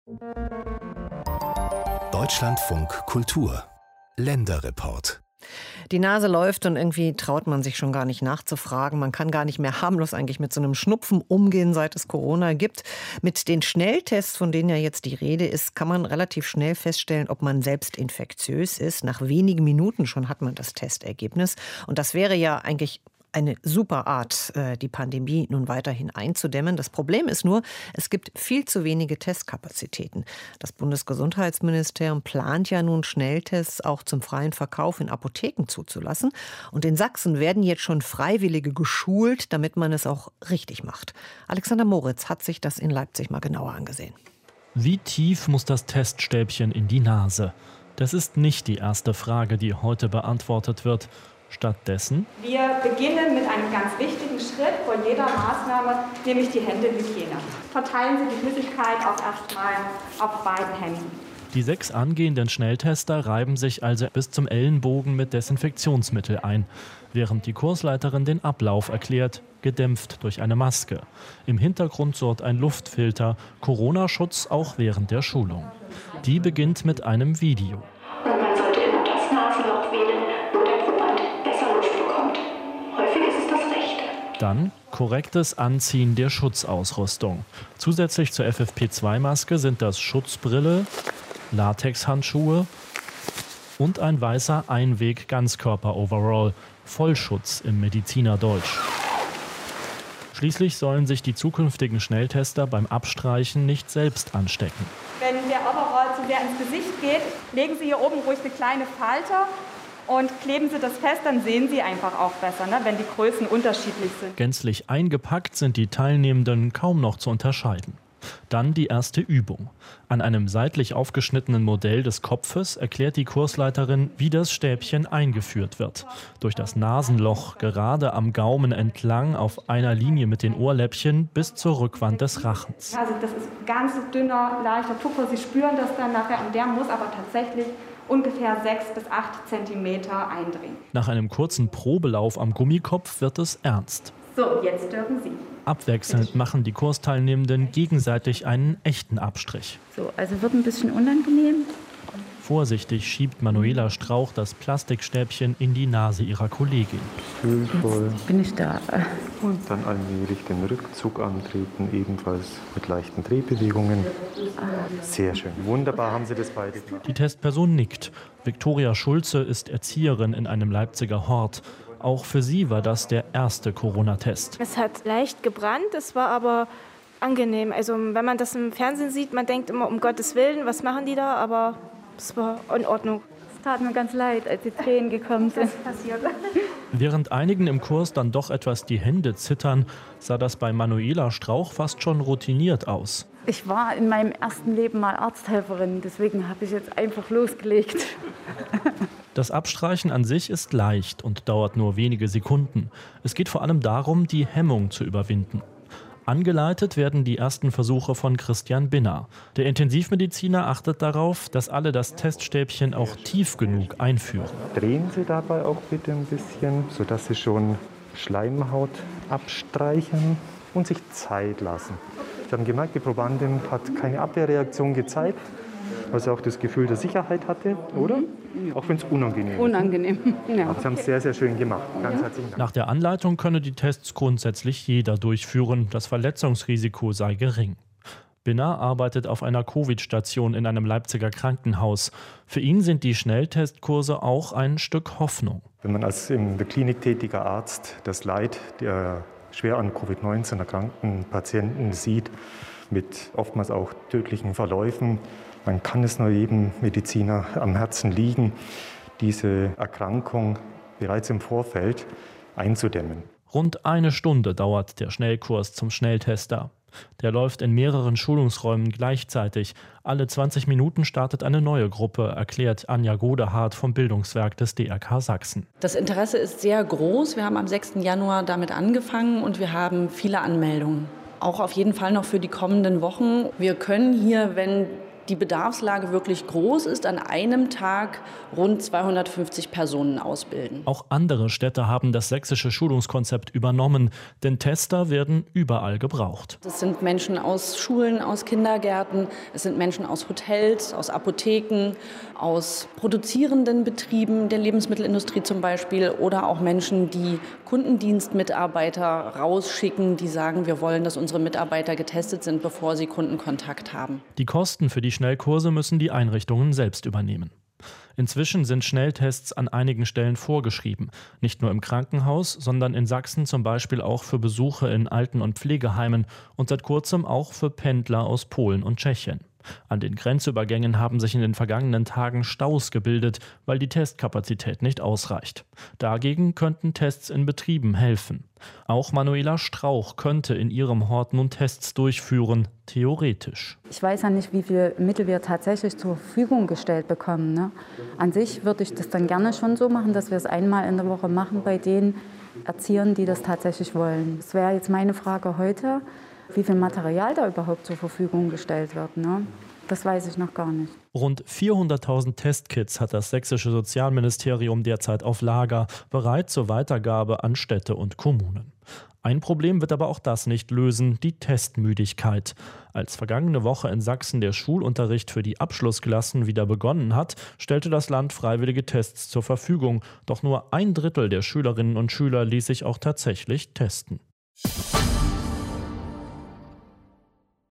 Deutschlandfunk Kultur Länderreport. Die Nase läuft und irgendwie traut man sich schon gar nicht nachzufragen. Man kann gar nicht mehr harmlos eigentlich mit so einem Schnupfen umgehen, seit es Corona gibt. Mit den Schnelltests, von denen ja jetzt die Rede ist, kann man relativ schnell feststellen, ob man selbst infektiös ist. Nach wenigen Minuten schon hat man das Testergebnis. Und das wäre ja eigentlich eine super Art, die Pandemie nun weiterhin einzudämmen. Das Problem ist nur, es gibt viel zu wenige Testkapazitäten. Das Bundesgesundheitsministerium plant ja nun, Schnelltests auch zum freien Verkauf in Apotheken zuzulassen. Und in Sachsen werden jetzt schon Freiwillige geschult, damit man es auch richtig macht. Alexander Moritz hat sich das in Leipzig mal genauer angesehen. Wie tief muss das Teststäbchen in die Nase? Das ist nicht die erste Frage, die heute beantwortet wird. Stattdessen: Wir beginnen mit einem ganz wichtigen Schritt vor jeder Maßnahme, nämlich die Händehygiene. Verteilen Sie die Flüssigkeit auch erstmal auf beiden Händen. Die 6 angehenden Schnelltester reiben sich also bis zum Ellenbogen mit Desinfektionsmittel ein, während die Kursleiterin den Ablauf erklärt, gedämpft durch eine Maske. Im Hintergrund surrt ein Luftfilter, Corona-Schutz auch während der Schulung. Die beginnt mit einem Video. Und man sollte immer das Nasenloch wählen, wo der Proband besser Luft bekommt. Häufig ist es das rechte. Dann korrektes Anziehen der Schutzausrüstung. Zusätzlich zur FFP2-Maske sind das Schutzbrille, Latexhandschuhe und ein weißer Einweg-Ganzkörper-Overall, Vollschutz im Medizinerdeutsch. Schließlich sollen sich die zukünftigen Schnelltester beim Abstreichen nicht selbst anstecken. Wenn der Overall zu sehr ins Gesicht geht, legen Sie hier oben ruhig eine kleine Falte und kleben Sie das fest, dann sehen Sie einfach auch besser, ne, wenn die Größen unterschiedlich sind. Gänzlich eingepackt sind die Teilnehmenden kaum noch zu unterscheiden. Dann die erste Übung. An einem seitlich aufgeschnittenen Modell des Kopfes erklärt die Kursleiterin, wie das Stäbchen eingeführt wird. Durch das Nasenloch, gerade am Gaumen entlang, auf einer Linie mit den Ohrläppchen bis zur Rückwand des Rachens. Also das ist ganz dünner, leichter Tupfer. Sie spüren das dann nachher und der muss aber tatsächlich ungefähr 6 bis 8 Zentimeter eindringen. Nach einem kurzen Probelauf am Gummikopf wird es ernst. So, jetzt dürfen Sie. Abwechselnd machen die Kursteilnehmenden gegenseitig einen echten Abstrich. So, also wird ein bisschen unangenehm. Vorsichtig schiebt Manuela Strauch das Plastikstäbchen in die Nase ihrer Kollegin. Gefühlvoll. Jetzt bin ich da. Und dann allmählich den Rückzug antreten, ebenfalls mit leichten Drehbewegungen. Sehr schön. Wunderbar haben Sie das beide gemacht. Die Testperson nickt. Viktoria Schulze ist Erzieherin in einem Leipziger Hort. Auch für sie war das der erste Corona-Test. Es hat leicht gebrannt, es war aber angenehm. Also wenn man das im Fernsehen sieht, man denkt immer, um Gottes Willen, was machen die da? Aber es war in Ordnung. Es tat mir ganz leid, als die Tränen gekommen sind. Während einigen im Kurs dann doch etwas die Hände zittern, sah das bei Manuela Strauch fast schon routiniert aus. Ich war in meinem ersten Leben mal Arzthelferin, deswegen habe ich jetzt einfach losgelegt. Das Abstreichen an sich ist leicht und dauert nur wenige Sekunden. Es geht vor allem darum, die Hemmung zu überwinden. Angeleitet werden die ersten Versuche von Christian Binner. Der Intensivmediziner achtet darauf, dass alle das Teststäbchen auch tief genug einführen. Drehen Sie dabei auch bitte ein bisschen, sodass Sie schon Schleimhaut abstreichen und sich Zeit lassen. Sie haben gemerkt, die Probandin hat keine Abwehrreaktion gezeigt, weil sie auch das Gefühl der Sicherheit hatte, oder? Auch wenn es unangenehm ist. Unangenehm, ja. Aber Sie haben es sehr, sehr schön gemacht. Ganz herzlichen Dank. Nach der Anleitung könne die Tests grundsätzlich jeder durchführen. Das Verletzungsrisiko sei gering. Binner arbeitet auf einer Covid-Station in einem Leipziger Krankenhaus. Für ihn sind die Schnelltestkurse auch ein Stück Hoffnung. Wenn man als in der Klinik tätiger Arzt das Leid der schwer an Covid-19 erkrankten Patienten sieht, mit oftmals auch tödlichen Verläufen, dann kann es nur jedem Mediziner am Herzen liegen, diese Erkrankung bereits im Vorfeld einzudämmen. Rund eine Stunde dauert der Schnellkurs zum Schnelltester. Der läuft in mehreren Schulungsräumen gleichzeitig. Alle 20 Minuten startet eine neue Gruppe, erklärt Anja Godehard vom Bildungswerk des DRK Sachsen. Das Interesse ist sehr groß. Wir haben am 6. Januar damit angefangen und wir haben viele Anmeldungen. Auch auf jeden Fall noch für die kommenden Wochen. Wir können hier, wenn die Bedarfslage wirklich groß ist, an einem Tag rund 250 Personen ausbilden. Auch andere Städte haben das sächsische Schulungskonzept übernommen, denn Tester werden überall gebraucht. Das sind Menschen aus Schulen, aus Kindergärten, es sind Menschen aus Hotels, aus Apotheken, aus produzierenden Betrieben der Lebensmittelindustrie zum Beispiel oder auch Menschen, die Kundendienstmitarbeiter rausschicken, die sagen, wir wollen, dass unsere Mitarbeiter getestet sind, bevor sie Kundenkontakt haben. Die Kosten für die Schnellkurse müssen die Einrichtungen selbst übernehmen. Inzwischen sind Schnelltests an einigen Stellen vorgeschrieben. Nicht nur im Krankenhaus, sondern in Sachsen zum Beispiel auch für Besuche in Alten- und Pflegeheimen und seit kurzem auch für Pendler aus Polen und Tschechien. An den Grenzübergängen haben sich in den vergangenen Tagen Staus gebildet, weil die Testkapazität nicht ausreicht. Dagegen könnten Tests in Betrieben helfen. Auch Manuela Strauch könnte in ihrem Hort nun Tests durchführen, theoretisch. Ich weiß ja nicht, wie viel Mittel wir tatsächlich zur Verfügung gestellt bekommen. Ne? An sich würde ich das dann gerne schon so machen, dass wir es einmal in der Woche machen bei den Erziehern, die das tatsächlich wollen. Das wäre jetzt meine Frage heute, wie viel Material da überhaupt zur Verfügung gestellt wird. Ne? Das weiß ich noch gar nicht. Rund 400.000 Testkits hat das sächsische Sozialministerium derzeit auf Lager, bereit zur Weitergabe an Städte und Kommunen. Ein Problem wird aber auch das nicht lösen, die Testmüdigkeit. Als vergangene Woche in Sachsen der Schulunterricht für die Abschlussklassen wieder begonnen hat, stellte das Land freiwillige Tests zur Verfügung. Doch nur 1/3 der Schülerinnen und Schüler ließ sich auch tatsächlich testen.